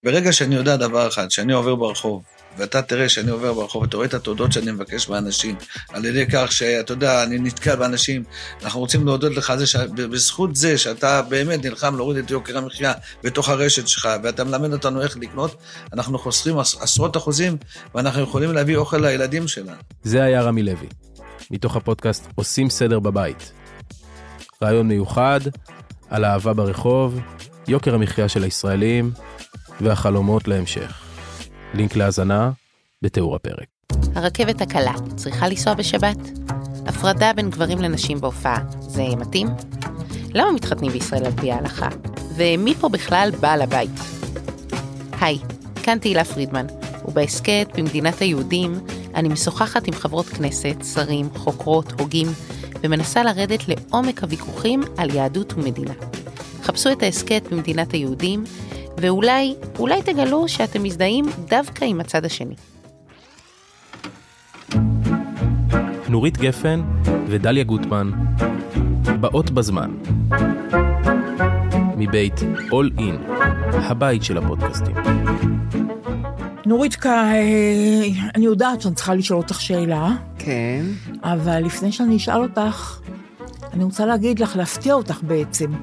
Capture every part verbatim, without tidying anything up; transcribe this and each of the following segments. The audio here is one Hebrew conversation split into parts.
ברגע שאני יודע דבר אחד, שאני עובר ברחוב, ואתה תראה שאני עובר ברחוב, אתה רואה את התודות שאני מבקש באנשים, על ידי כך שאתה יודע, אני נתקל באנשים, אנחנו רוצים להודות לך זה, בזכות זה שאתה באמת נלחם להוריד את יוקר המחיה בתוך הרשת שלך, ואתה מלמד אותנו איך לקנות, אנחנו חוסכים עשרות אחוזים, ואנחנו יכולים להביא אוכל לילדים שלנו. זה היה רמי לוי, מתוך הפודקאסט עושים סדר בבית. רעיון מיוחד על אהבה ברחוב, יוקר המחיה של הישראלים, והחלומות להמשך. לינק להזנה בתיאור הפרק. הרכבת הקלה צריכה לנסוע בשבת? הפרדה בין גברים לנשים בהופעה, זה מתאים? למה מתחתנים בישראל על פי ההלכה? ומי פה בכלל בעל הבית? היי, כאן תהילה פרידמן, ובעסקת במדינת היהודים אני משוחחת עם חברות כנסת, שרים, חוקרות, הוגים, ומנסה לרדת לעומק הוויכוחים על יהדות ומדינה. חפשו את העסקת במדינת היהודים, ואולי, אולי תגלו שאתם מזדהים דווקא עם הצד השני. נורית גפן ודליה גוטמן, באות בזמן. מבית All In, הבית של הפודקאסטים. נוריתקה, אני יודעת שאני צריכה לשאול אותך שאלה. כן. אבל לפני שאני אשאל אותך, אני רוצה להגיד לך, להפתיע אותך בעצם.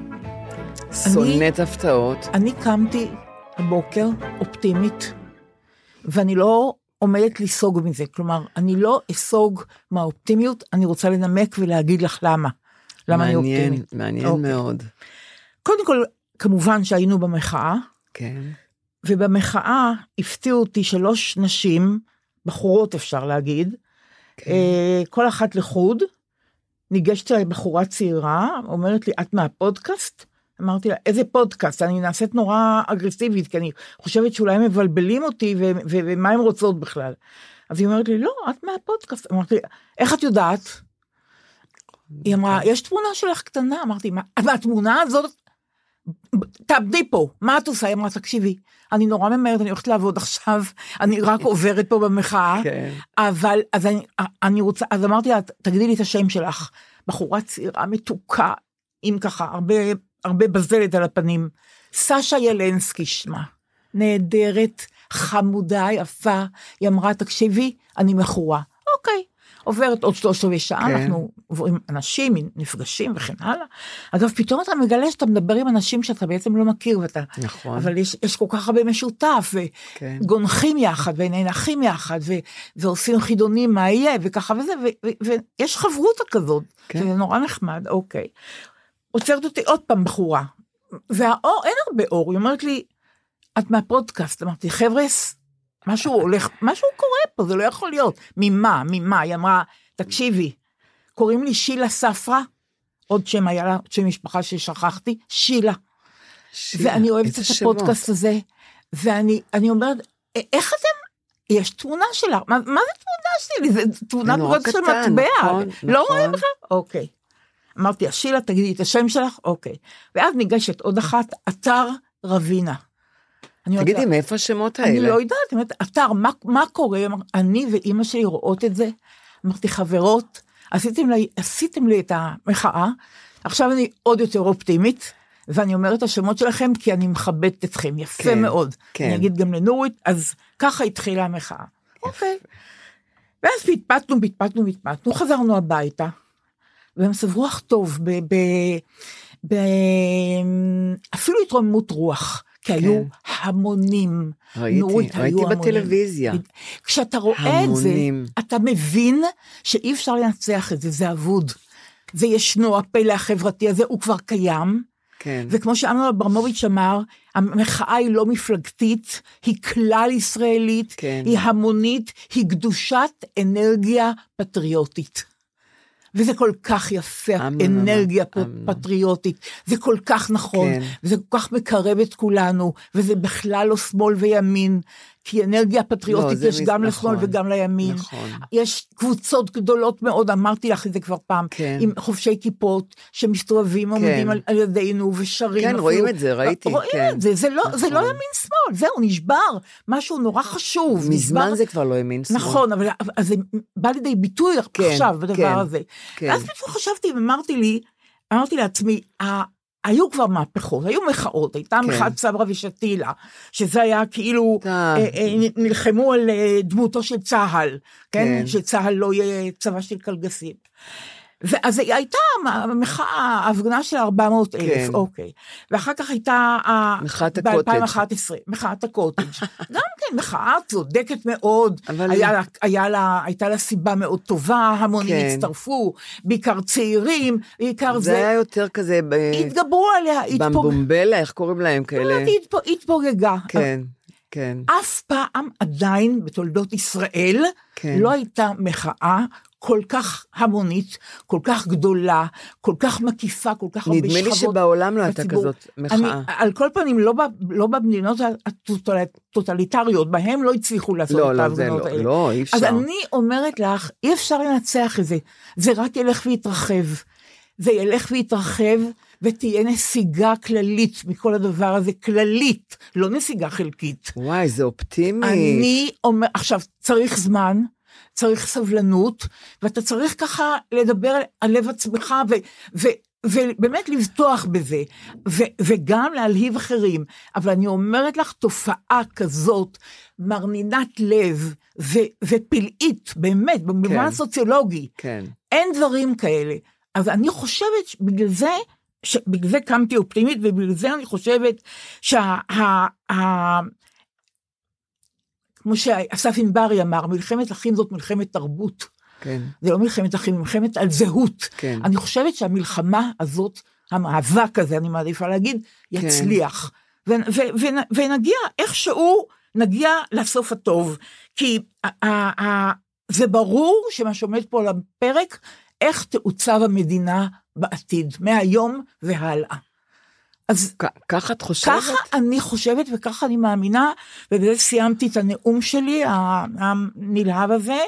שונאת הפתעות. אני קמתי הבוקר אופטימית, ואני לא עומדת לסוג מזה. כלומר, אני לא אסוג מהאופטימיות, אני רוצה לנמק ולהגיד לך למה. למה אני אופטימית. מעניין, מעניין מאוד. קודם כל, כמובן שהיינו במחאה. כן. ובמחאה הפתיעו אותי שלוש נשים, בחורות אפשר להגיד, כן. כל אחת לחוד, ניגשת לה בחורה צעירה, אומרת לי, את מהפודקאסט? אמרתי לה, איזה פודקאסט? אני נעשית נורא אגרסיבית, כי אני חושבת שאולי הם מבלבלים אותי, ומה הם רוצות בכלל. אז היא אומרת לי, לא, את מהפודקאסט. אמרתי, איך את יודעת? היא אמרה, יש תמונה שלך קטנה. אמרתי, מה, התמונה הזאת, תעבדי פה, מה את עושה? היא אמרה, תקשיבי, אני נורא ממהרת, אני הולכת לעבוד עכשיו, אני רק עוברת פה במחאה, אבל, אז אני, אני רוצה, אז אמרתי לה, תגידי לי את השם שלך, בחורה צעירה מתוקה, עם ככה, הרבה, הרבה בזלת על הפנים, סשה ילנסקי שמה, נהדרת, חמודה, יפה, היא אמרה, תקשיבי, אני מכורה, אוקיי, עוברת עוד שלוש רבעי שעה, כן. אנחנו עוברים אנשים, נפגשים וכן הלאה, אגב, פתאום אתה מגלה שאתה מדבר עם אנשים שאתה בעצם לא מכיר, ואתה, נכון. אבל יש, יש כל כך הרבה משותף, וגונחים כן. יחד, וננחים יחד, ו, ועושים חידונים מה יהיה, וככה וזה, ו, ו, ויש חברותה כזאת, כן. שזה נורא נחמד, אוקיי. עוצרת אותי עוד פעם בחורה, והאור, אין הרבה אור, היא אומרת לי, את מהפודקאסט, אמרתי, חבר'ס, משהו הולך, משהו קורה פה, זה לא יכול להיות. ממה, ממה? היא אמרה, תקשיבי, קוראים לי שילה ספרה, עוד שם היה לה, שם משפחה ששכחתי, שילה. שילה ואני אוהבת את הפודקאסט הזה, ואני אני אומרת, איך אתם, יש תמונה שלה, מה, מה זה תמונה שלי? זה תמונת פרק של מטבע. נכון, לא נכון. רואים לך? אוקיי. אמרתי, שילה, תגידי את השם שלך? אוקיי. ואז ניגשת עוד אחת, אתר רבינה. תגידי, מאיפה השמות האלה? אני לא יודעת, אתר, מה, מה קורה? אני ואימא שלי רואות את זה, אמרתי, חברות, עשיתם לי, עשיתם לי את המחאה, עכשיו אני עוד יותר אופטימית, ואני אומרת את השמות שלכם, כי אני מכבדת אתכם, יפה כן, מאוד. כן. אני אגיד גם לנורית, אז ככה התחילה המחאה. אוקיי. ואז פתפתנו, פתפתנו, פתפתנו, חזרנו הביתה, והם סברו רוח טוב, ב, ב, ב, אפילו התרוממות רוח, כי היו המונים. ראיתי, ראיתי בטלוויזיה. כשאתה רואה את זה, אתה מבין שאי אפשר לנצח את זה, זה אבוד. זה ישנו, הפלא החברתי הזה, הוא כבר קיים. כן. וכמו שאמנון אברמוביץ' אמר, המחאה היא לא מפלגתית, היא כלל ישראלית, כן. היא המונית, היא קדושת אנרגיה פטריוטית. וזה כל כך יפה, אנרגיה פטריוטית, זה כל כך נכון, וזה כל כך מקרב את כולנו, וזה בכלל לא שמאל וימין, כי אנרגיה פטריוטית יש גם לשמאל וגם לימין, יש קבוצות גדולות מאוד, אמרתי לך את זה כבר פעם, עם חובשי כיפות, שמסתובבים עומדים על ידינו, ושרים. כן, רואים את זה, ראיתי. רואים את זה, זה לא ימין שמאל, זהו, נשבר, משהו נורא חשוב. מזמן זה כבר לא ימין שמאל. נכון, אבל זה בא לידי ביטוי עכשיו, בדבר הזה. ואז פתאום חשבתי, ואמרתי לי, אמרתי לעצמי, היו כבר מהפכות, היו מחאות, הייתה כן. מחאת סברה ושתילה, שזה היה כאילו, אה, אה, נלחמו על דמותו של צהל, כן? כן? שצהל לא יהיה צבא של קלגסים. ואז הייתה המחאה, ההפגנה של ארבע מאות אלף, כן. אוקיי. ואחר כך הייתה, מחאת הקוטג'. ב-אלפיים ואחת עשרה, מחאת הקוטג'. גם כן, מחאה צודקת מאוד, אבל... היה לה, היה לה, הייתה לה סיבה מאוד טובה, המונים כן. הצטרפו, בעיקר צעירים, בעיקר זה... זה היה יותר כזה... ב... התגברו עליה, במבומבלה, איך קוראים להם כאלה? התפוגגה. כן. כן. אף פעם עדיין בתולדות ישראל כן. לא הייתה מחאה כל כך המונית, כל כך גדולה, כל כך מקיפה, כל כך הרבה שכבות. נדמה לי שבעולם לא הייתה כזאת מחאה. אני, על כל פנים, לא, לא במדינות הטוטליטריות, בהם לא הצליחו לעשות לא, את לא, ההפגנות לא, האלה. לא, אי אפשר. אז אני אומרת לך, אי אפשר לנצח את זה. זה רק ילך ויתרחב. זה ילך ויתרחב, ותהיה נסיגה כללית מכל הדבר הזה, כללית, לא נסיגה חלקית. וואי, זה אופטימי. אני אומר, עכשיו, צריך זמן, צריך סבלנות, ואתה צריך ככה לדבר על לב עצמך, ו, ו, ובאמת לבטוח בזה, ו, וגם להלהיב אחרים. אבל אני אומרת לך, תופעה כזאת, מרנינת לב, ו, ופלאית, באמת, במובן כן. הסוציולוגי, כן. אין דברים כאלה. אז אני חושבת שבגלל זה, שבגלל זה קמתי אופטימית, ובגלל זה אני חושבת שה... ה, ה, כמו שאסף ענברי אמר, מלחמת אחים זאת מלחמת תרבות. כן. זה לא מלחמת אחים, מלחמת על זהות. כן. אני חושבת שהמלחמה הזאת, המאבק הזה, אני מעדיפה להגיד, יצליח. כן. ו, ו, ו, ונגיע, איכשהו נגיע לסוף הטוב. כי ה, ה, ה, זה ברור שמה שעומד פה על הפרק, איך תעוצב המדינה בעתיד, מהיום והלאה. אז ככה את חושבת? ככה אני חושבת וככה אני מאמינה, ובזה סיימתי את הנאום שלי, הנלהב הזה,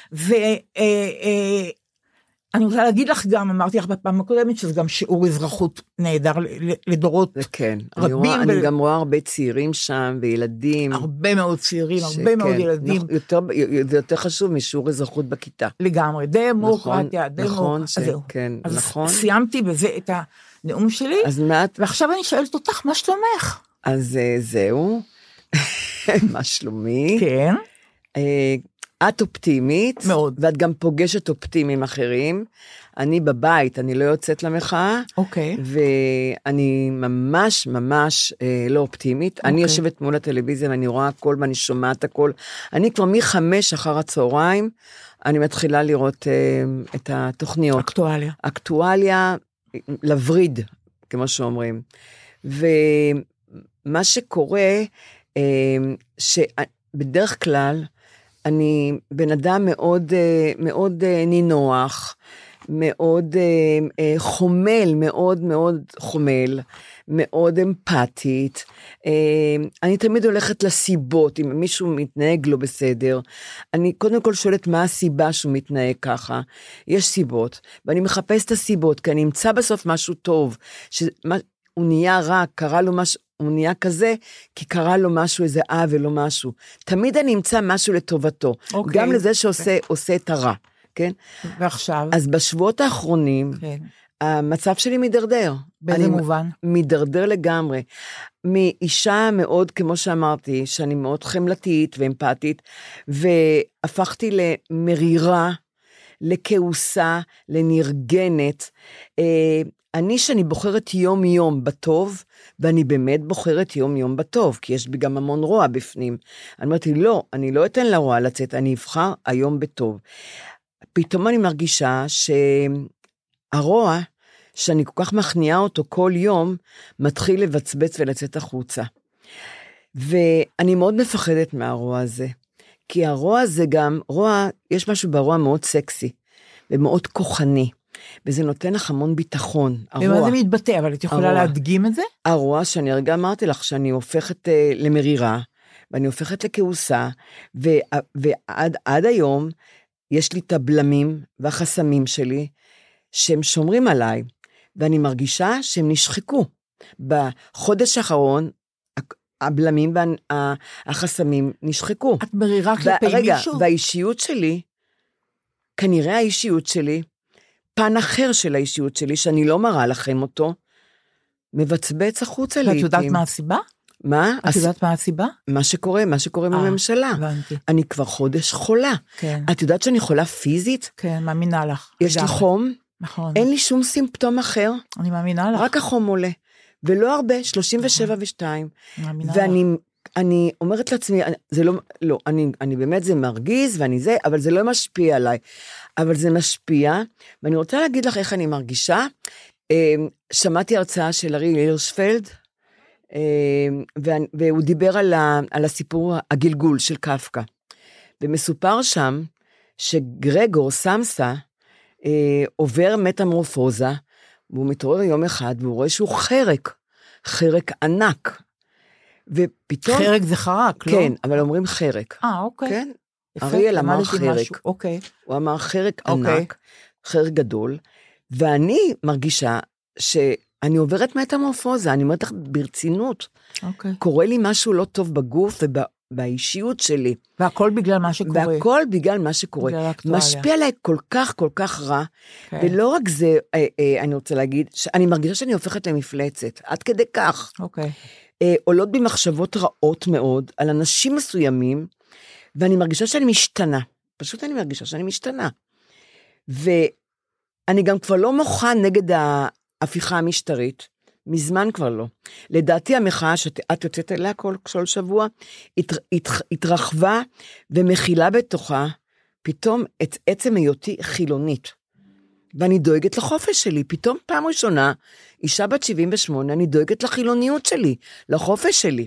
ואני רוצה להגיד לך גם, אמרתי לך בפעם הקודמת, שזה גם שיעור אזרחות נהדר לדורות כן, רבים. אני, אני גם רואה הרבה צעירים שם, וילדים. הרבה מאוד צעירים, הרבה מאוד ילדים. יותר, זה יותר חשוב משיעור אזרחות בכיתה. לגמרי, דמוקרטיה, נכון, כן, נכון. אז סיימתי בזה את ה... נאום שלי, ועכשיו אני שואלת אותך, מה שלומך? אז זהו, מה שלומי? כן. את אופטימית, מאוד. ואת גם פוגשת אופטימיים אחרים, אני בבית, אני לא יוצאת למחאה, אוקיי. ואני ממש ממש לא אופטימית, אני יושבת מול הטלוויזיה, ואני רואה הכל, ואני שומעת הכל, אני כבר מחמש אחר הצהריים, אני מתחילה לראות את התוכניות. אקטואליה. אקטואליה, לבריד, כמו שאומרים. ומה שקורה, שבדרך כלל, אני בן אדם מאוד, מאוד נינוח, מאוד חומל, מאוד מאוד חומל, מאוד אמפתית. אני תמיד הולכת לסיבות, אם מישהו מתנהג לא בסדר, אני קודם כל שואלת מה הסיבה שהוא מתנהג ככה. יש סיבות, ואני מחפש את הסיבות, כי אני אמצא בסוף משהו טוב, שהוא נהיה רע, קרה לו משהו, הוא נהיה כזה, כי קרה לו משהו, איזה עוול או משהו. תמיד אני אמצא משהו לטובתו, okay. גם לזה שעושה okay. עושה את הרע, כן? ועכשיו? אז בשבועות האחרונים, okay. המצב שלי מדרדר. באיזה מובן? מדרדר לגמרי. מאישה מאוד, כמו שאמרתי, שאני מאוד חמלתית ואמפתית, והפכתי למרירה, לכעוסה, לנרגנת, אני שאני בוחרת יום יום בטוב, ואני באמת בוחרת יום יום בטוב, כי יש בי גם המון רוע בפנים. אני אמרתי, לא, אני לא אתן לרוע לצאת, אני אבחר היום בטוב. פתאום אני מרגישה שהרוע, שאני כל כך מכניעה אותו כל יום, מתחיל לבצבץ ולצאת החוצה. ואני מאוד מפחדת מהרוע הזה, כי הרוע הזה גם, רוע, יש משהו ברוע מאוד סקסי, ומאוד כוחני. וזה נותן לך המון ביטחון. ומה זה מתבטא? אבל את יכולה הרוע, להדגים את זה? הרוע שאני הרגע אמרתי לך, שאני הופכת uh, למרירה, ואני הופכת לכעוסה, ו- ועד עד היום, יש לי את הבלמים והחסמים שלי, שהם שומרים עליי, ואני מרגישה שהם נשחקו. בחודש האחרון, הבלמים והחסמים נשחקו. את מרירה כלפי מישהו? רגע, והאישיות שלי, כנראה האישיות שלי, פן אחר של האישיות שלי, שאני לא מראה לכם אותו, מבצבץ החוצה ואת לעתים. יודעת מה הסיבה? מה? את יודעת מה הסיבה? מה שקורה, מה שקורה בממשלה. הבנתי. אני כבר חודש חולה. כן. את יודעת שאני חולה פיזית? כן, מאמינה לך. יש לי חום, נכון. אין לי שום סימפטום אחר, אני מאמינה לך. רק החום עולה. ולא הרבה, שלושים ושבע ושתיים. מאמינה ואני לך. אני אומרת לעצמי, זה לא, לא, אני, אני באמת זה מרגיז, ואני זה, אבל זה לא משפיע עליי. אבל זה משפיע, ואני רוצה להגיד לך איך אני מרגישה. שמעתי הרצאה של ארי הירשפלד, והוא דיבר על, ה, על הסיפור הגלגול של קפקא. ומסופר שם, שגרגור סמסה, עובר מטמורפוזה, והוא מתעורר יום אחד, והוא רואה שהוא חרק, חרק ענק. ופתאום... חרק זה חרק, לא? כן, אבל אומרים חרק. אה, אוקיי. כן? יפה, אריאל אמר למדתי חרק. משהו, אוקיי. הוא אמר חרק אוקיי. ענק, חרק גדול, ואני מרגישה שאני עוברת מטמורפוזה, אני אומרת לך ברצינות. אוקיי. קורה לי משהו לא טוב בגוף ובאישיות שלי. והכל בגלל מה שקורה. והכל בגלל מה שקורה. בגלל האקטואליה. משפיע עליי כל כך, כל כך רע. כן. ולא רק זה, אה, אה, אני רוצה להגיד, שאני מרגישה שאני הופכת למפלצת. עד כדי כך. אוקיי. אה, עולות בי מחשבות רעות מאוד, על אנשים מסוימים, ואני מרגישה שאני משתנה. פשוט אני מרגישה שאני משתנה. ואני גם כבר לא מוחה נגד ההפיכה המשטרית, מזמן כבר לא. לדעתי המחאה שאת יוצאת אליה כל, כל שבוע, הת, הת, התרחבה ומכילה בתוכה, פתאום את עצם היותי חילונית. ואני דואגת לחופש שלי. פתאום פעם ראשונה, אישה בת שבעים ושמונה, אני דואגת לחילוניות שלי, לחופש שלי.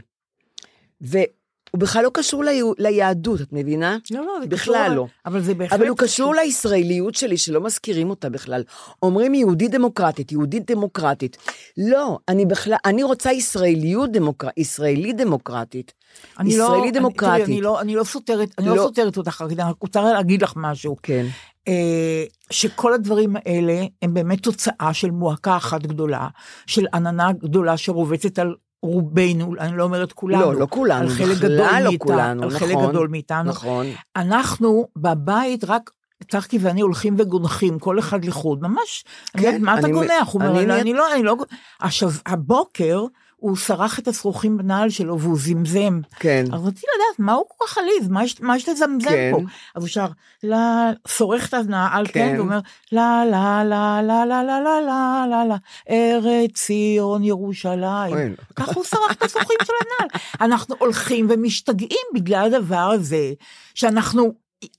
והוא בכלל לא קשור לי, ליהדות, את מבינה? לא, לא, זה בכלל קשור, לא. אבל זה בהחלט... אבל הוא קשור לישראליות שלי, שלא מזכירים אותה בכלל. אומרים יהודית דמוקרטית, יהודית דמוקרטית. לא, אני בכלל, אני רוצה ישראליות דמוקר... ישראלית דמוקרטית. אני ישראלית לא, דמוקרטית. אני, תראי, אני לא, אני לא סותרת, אני לא, לא. לא סותרת אותך, אני רוצה להגיד לך משהו. כן. אה, שכל הדברים האלה הם באמת תוצאה של מועקה אחת גדולה, של עננה גדולה שרובצת על רובנו, אני לא אומרת כולנו, לא, לא כולנו, על חלק בכלל גדול לא מאיתנו, כולנו, על נכון, חלק גדול מאיתנו. נכון. אנחנו בבית רק, צחקי ואני הולכים וגונחים, כל אחד לחוד, ממש, כן, אני, מה אתה אני- גונח? הוא אומר, אני- לא, אני לא, אני לא, עכשיו, הבוקר, הוא שרח את השרוכים בנעל שלו, והוא זמזם. כן. אז רציתי לדעת, מה הוא כל כך עליז? מה יש, מה יש לזמזם כן. פה? אז הוא שר, לה, שורח את הנעל, כן. כן, ואומר, לה, לה, לה, לה, לה, לה, לה, לה, לה, לה, ארץ ציון ירושלים. אוי. ככה הוא שרח את השרוכים של הנעל. אנחנו הולכים ומשתגעים בגלל הדבר הזה, שאנחנו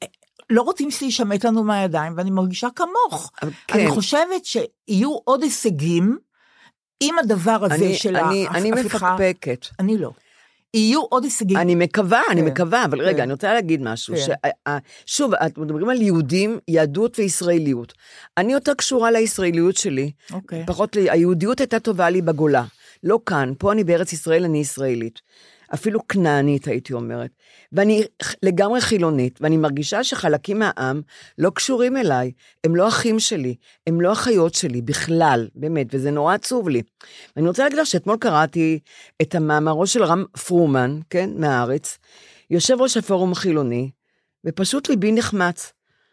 לא רוצים שישמט לנו מהידיים, ואני מרגישה כמוך. כן. אני חושבת שיהיו עוד הישגים, עם הדבר הזה אני- של אני- אני ההפיכה. מפקפקת. אני לא. יהיו עוד הישגים. אני מקווה, אני כן, מקווה, אבל כן. רגע, אני רוצה להגיד משהו. כן. ש- ה- שוב, את מדברים על יהודים, יהדות וישראליות. אני יותר קשורה לישראליות שלי, אוקיי. פחות לי, היהודיות הייתה טובה לי בגולה. לא כאן, פה אני בארץ ישראל, אני ישראלית. אפילו כנענית, הייתי אומרת. ואני לגמרי חילונית, ואני מרגישה שחלקים מהעם לא קשורים אליי, הם לא אחים שלי, הם לא אחיות שלי, בכלל, באמת, וזה נורא עצוב לי. ואני רוצה להגיד לך שאתמול קראתי את המאמרו של רם פרומן, כן, מהארץ, יושב ראש הפורום החילוני, ופשוט ליבי נחמץ.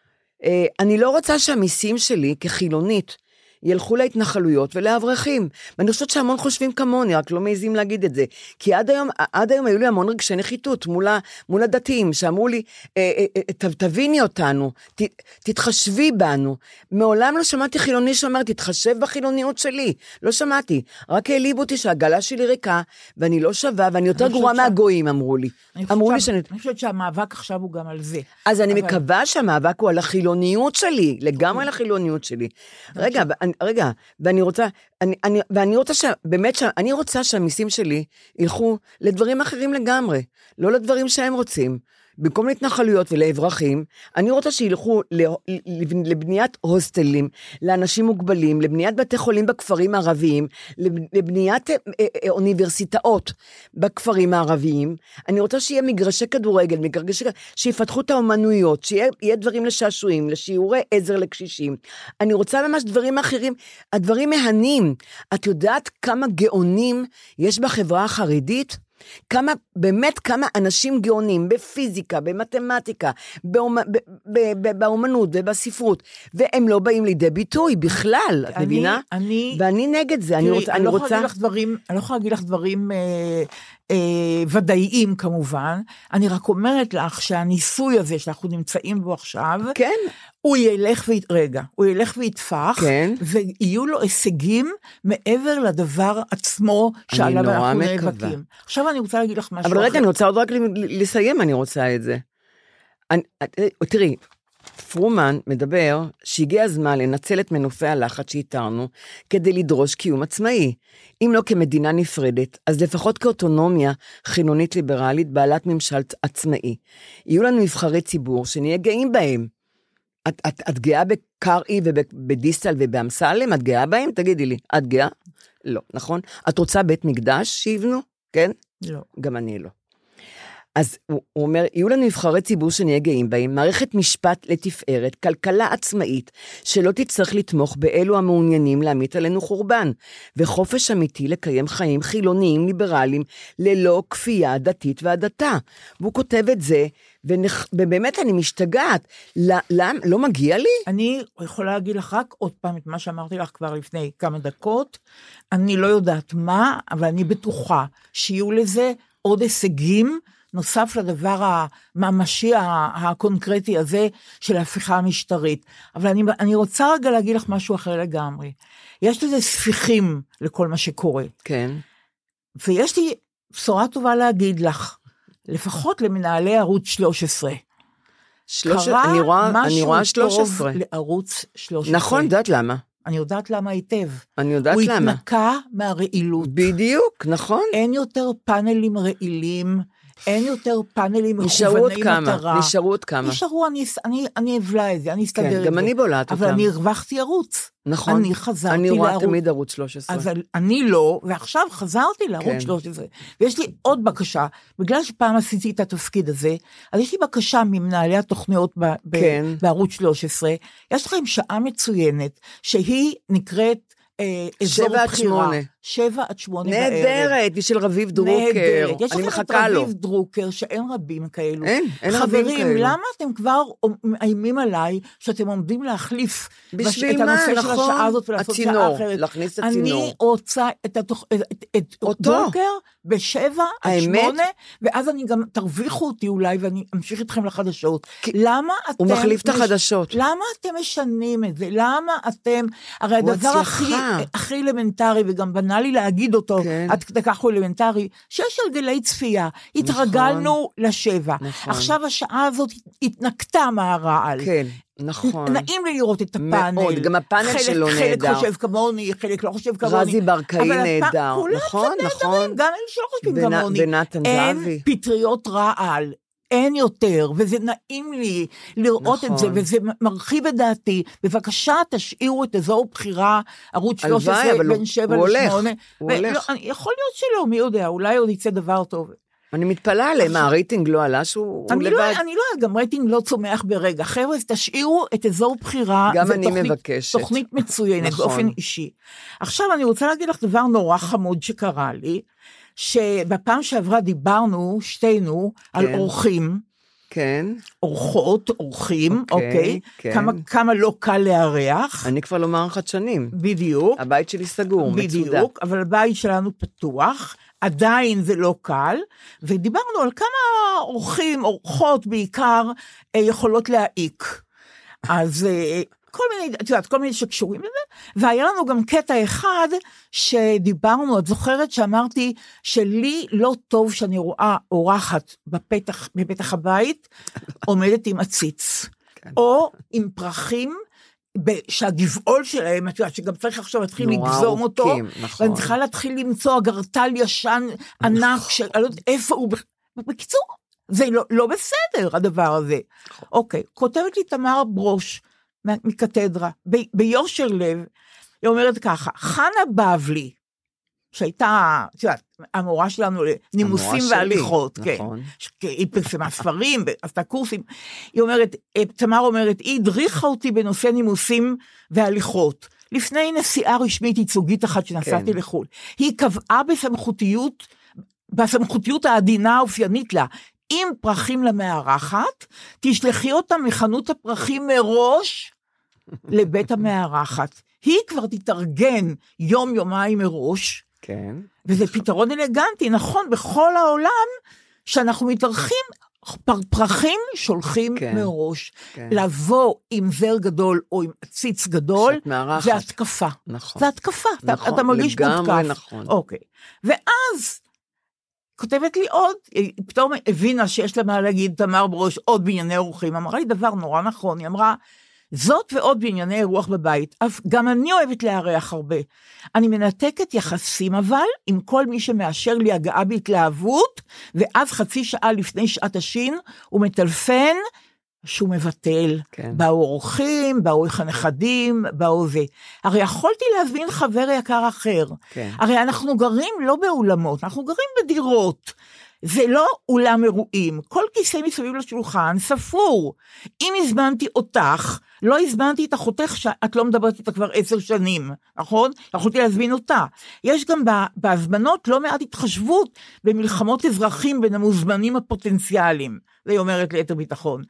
אה, אני לא רוצה שהמיסים שלי, כחילונית, ילכו להתנחלויות ולאברכים. ואני חושבת שהמון חושבים כמוני, רק לא מעזים להגיד את זה. כי עד היום, עד היום היו לי המון רגשי נחיתות מול, ה, מול הדתיים, שאמרו לי, אה, אה, אה, ת, תביני אותנו, ת, תתחשבי בנו. מעולם לא שמעתי חילוני שאומר, תתחשב בחילוניות שלי. לא שמעתי. רק העליבו אותי שהגלה שלי ריקה, ואני לא שווה, ואני יותר אני גרועה חושבת שה- מהגויים, אמרו לי. אני אמרו חושבת לי שה- שאני... אני חושבת שהמאבק עכשיו הוא גם על זה. אז אני אבל- מקווה שהמאבק הוא על החילוניות שלי, לגמרי על החילוניות שלי. רגע, ואני- רגע, ואני רוצה, אני, אני, ואני רוצה ש... באמת, ש- אני רוצה שהמיסים שלי ילכו לדברים אחרים לגמרי, לא לדברים שהם רוצים. במקום להתנחלויות ולאברכים, אני רוצה שילכו ל- לבניית הוסטלים, לאנשים מוגבלים, לבניית בתי חולים בכפרים הערביים, לב- לבניית אה, אה, אוניברסיטאות בכפרים הערביים. אני רוצה שיהיה מגרשי כדורגל, מגרשי, שיפתחו את האומנויות, שיהיה יהיה דברים לשעשועים, לשיעורי עזר לקשישים. אני רוצה ממש דברים אחרים, הדברים מהנים. את יודעת כמה גאונים יש בחברה החרדית? כמה, באמת כמה אנשים גאונים, בפיזיקה, במתמטיקה, באומ- ב- ב- ב- באומנות ובספרות, והם לא באים לידי ביטוי בכלל, את אני- מבינה? אני- ואני נגד זה, אני תראי, רוצה, אני אני לא יכולה רוצה, להגיד לך דברים, אני לא יכולה להגיד לך דברים אה, אה, ודאיים כמובן, אני רק אומרת לך שהניסוי הזה שאנחנו נמצאים בו עכשיו, כן, הוא ילך ו... רגע, הוא ילך ויתפח, כן. ויהיו לו הישגים מעבר לדבר עצמו שעליו נורא אנחנו מקווה. נאבקים. עכשיו אני רוצה להגיד לך משהו אבל אחר. רגע, אני רוצה עוד רק לסיים, אני רוצה את זה. אני, תראי, פרומן מדבר שהגיע הזמן לנצל את מנופי הלחץ שאיתרנו כדי לדרוש קיום עצמאי. אם לא כמדינה נפרדת, אז לפחות כאוטונומיה חילונית ליברלית בעלת ממשל עצמאי. יהיו לנו נבחרי ציבור שנהיה גאים בהם. את, את, את גאה בקראי ובדיסטל ובאמסלם? את גאה בהם? תגידי לי, את גאה? לא, נכון? את רוצה בית מקדש שיבנו? כן? לא. גם אני לא. אז הוא, הוא אומר, יהיו לנו נבחרי ציבור שנהיה גאים בהם, מערכת משפט לתפארת, כלכלה עצמאית, שלא תצטרך לתמוך באלו המעוניינים להמיט עלינו חורבן, וחופש אמיתי לקיים חיים חילוניים ליברליים, ללא כפייה דתית והדתה. והוא כותב את זה, ונח, ובאמת אני משתגעת, למה, לא מגיע לי? אני יכולה להגיד לך רק עוד פעם את מה שאמרתי לך כבר לפני כמה דקות, אני לא יודעת מה, אבל אני בטוחה שיהיו לזה עוד הישגים, נוסף לדבר הממשי, הקונקרטי הזה, של ההפיכה המשטרית. אבל אני, אני רוצה רגע להגיד לך משהו אחר לגמרי. יש לזה ספיחים לכל מה שקורה. כן. ויש לי בשורה טובה להגיד לך, לפחות למנהלי ערוץ שלוש עשרה. שלוש... אני רואה, אני רואה שלוש עשרה. משהו טוב לערוץ שלוש עשרה. נכון, יודעת למה? אני יודעת למה היטב. אני יודעת הוא למה. הוא התנקה מהרעילות. בדיוק, נכון. אין יותר פאנלים רעילים, אין יותר פאנלים מכווני מטרה. נשארו עוד כמה. נשארו, אני, אני, אני אבלה את זה, אני אסתדר את זה. כן, גם אני בולעת אותם. אבל אני הרווחתי ערוץ. נכון. אני חזרתי אני רואה לערוץ. תמיד ערוץ שלוש עשרה. אז אני לא, ועכשיו חזרתי לערוץ כן. שלוש עשרה. ויש לי עוד בקשה, בגלל שפעם עשיתי את התפקיד הזה, אז יש לי בקשה ממנהלי התוכניות ב, ב, כן. בערוץ שלוש עשרה, יש לכם שעה מצוינת, שהיא נקראת אה, אזור שבע עד בחירה. שמונה. שבע עד שמונה בערב. נהדרת, בשביל רביב דרוקר. נהדרת. יש אני לכם את מחכה לו. רביב דרוקר, שאין רבים כאלו. אין, אין רבים חברים, כאלו. למה אתם כבר מאיימים עליי, שאתם עומדים להחליף בשביל את מה? הנושא נכון. של השעה הזאת, ולעשות הצינור, שעה אחרת. להכניס את הצינור. אני רוצה את, התוך, את, את אותו. דרוקר בשבע עד האמת? שמונה, ואז אני גם, תרוויחו אותי אולי, ואני אמשיך איתכם לחדשות. כי- למה אתם... הוא מחליף את מש- החדשות. למה אתם משנים את זה? למה אתם... הרי הוא הדבר הכי, הצלחה. הכי אלמנטרי, וגם בנה לי להגיד אותו, כן. עד כדי כך הוא אלמנטרי, שיש הרגלי צפייה, התרגלנו לשבע. נכון. עכשיו השעה הזאת התנקתה מהרעל. כן, נכון. נעים לי לראות את הפאנל. מאוד, גם הפאנל חלק, שלו חלק נהדר. חלק חושב כמוני, חלק לא חושב כמוני. רזי ברקאי אבל הפ- נהדר, כולם נכון, שם נכון. נהדרים, גם אלה שלא חושבים ונ- כמוני. ונתן אין זהבי. פטריות רעל. אין יותר, וזה נעים לי לראות נכון. את זה, וזה מרחיב את דעתי. בבקשה, תשאירו את אזור בחירה, ערוץ שלוש עשרה, הלוואי, אבל בין הוא- שבע הוא הולך, לשמונה. הוא ולא, הולך. אני- יכול להיות שלא, מי יודע, אולי עוד יצא דבר טוב. אני מתפלאה עליהם, מה, הרייטינג לא עלה שהוא אני לבד? לא, אני לא, גם רייטינג לא צומח ברגע. חבר'ה, תשאירו את אזור בחירה. גם זה אני תוכנית, מבקשת. תוכנית מצוינת, נכון. באופן אישי. עכשיו אני רוצה להגיד לך דבר נורא חמוד שקרה לי, שבפעם שעברה דיברנו, שתינו, על כן. אורחים, כן, אורחות, אורחים, אוקיי, אוקיי? כן. כמה, כמה לא קל לארח. אני כבר לא מערכת שנים. בדיוק. הבית שלי סגור, מצודה. בדיוק, אבל הבית שלנו פתוח, עדיין זה לא קל, ודיברנו על כמה אורחים, אורחות בעיקר, אה, יכולות להעיק. אז אה, כל מיני, את יודעת, כל מיני שקשורים לזה, והיה לנו גם קטע אחד שדיברנו, את זוכרת שאמרתי שלי לא טוב שאני רואה אורחת בפתח, בפתח הבית, עומדת עם עציץ, או עם פרחים, שהגבעול שלהם, את יודעת, שגם צריך עכשיו להתחיל לגזום אותו, נכון. ואני צריכה להתחיל למצוא אגרטל ישן ענק, שאני לא יודעת איפה הוא, בקיצור, זה לא, לא בסדר הדבר הזה. אוקיי, כותבת לי תמר ברוש, מקתדרה, ב, ביושר לב, היא אומרת ככה, חנה בבלי, שהייתה, את יודעת, המורה שלנו לנימוסים והליכות, כן, נכון. היא פרסמה ספרים, עשתה קורסים, היא אומרת, תמר אומרת, היא הדריכה אותי בנושא נימוסים והליכות, לפני נסיעה רשמית ייצוגית אחת שנסעתי כן. לחול, היא קבעה בסמכותיות, בסמכותיות העדינה האופיינית לה, עם פרחים למארחת, תשלחי אותה מחנות הפרחים מראש לבית המארחת. היא כבר תתארגן יום יומיים מראש, כן. וזה פתרון אלגנטי, נכון, בכל העולם, שאנחנו מתארחים, פרחים שולחים כן, מראש. כן. לבוא עם זר גדול או עם ציץ גדול, זה התקפה. נכון. זה התקפה, נכון, אתה, אתה מרגיש מותקף. לגמרי נכון. אוקיי. ואז, כותבת לי עוד, היא פתאום הבינה שיש לה מה להגיד, תמר ברוש, עוד בענייני אורחים, אמרה לי דבר נורא נכון, היא אמרה, זאת ועוד בענייני רוח בבית, גם אני אוהבת לארח הרבה, אני מנתקת יחסים אבל, עם כל מי שמאשר לי הגעה בהתלהבות, ואז חצי שעה לפני שעת השין, הוא מטלפן, שהוא מבטל, כן. באו אורחים, באו הנכדים, באו זה. הרי יכולתי להזמין חבר יקר אחר. כן. הרי אנחנו גרים לא באולמות, אנחנו גרים בדירות. זה לא אולם אירועים. כל כיסא מסביב לשולחן ספור. אם הזמנתי אותך, לא הזמנתי את אחותך שאת לא מדברת איתה כבר עשר שנים, נכון? יכולתי להזמין אותה. יש גם בהזמנות לא מעט התחשבות במלחמות אזרחים בין המוזמנים הפוטנציאליים. והיא אומרת ליתר ביטחון.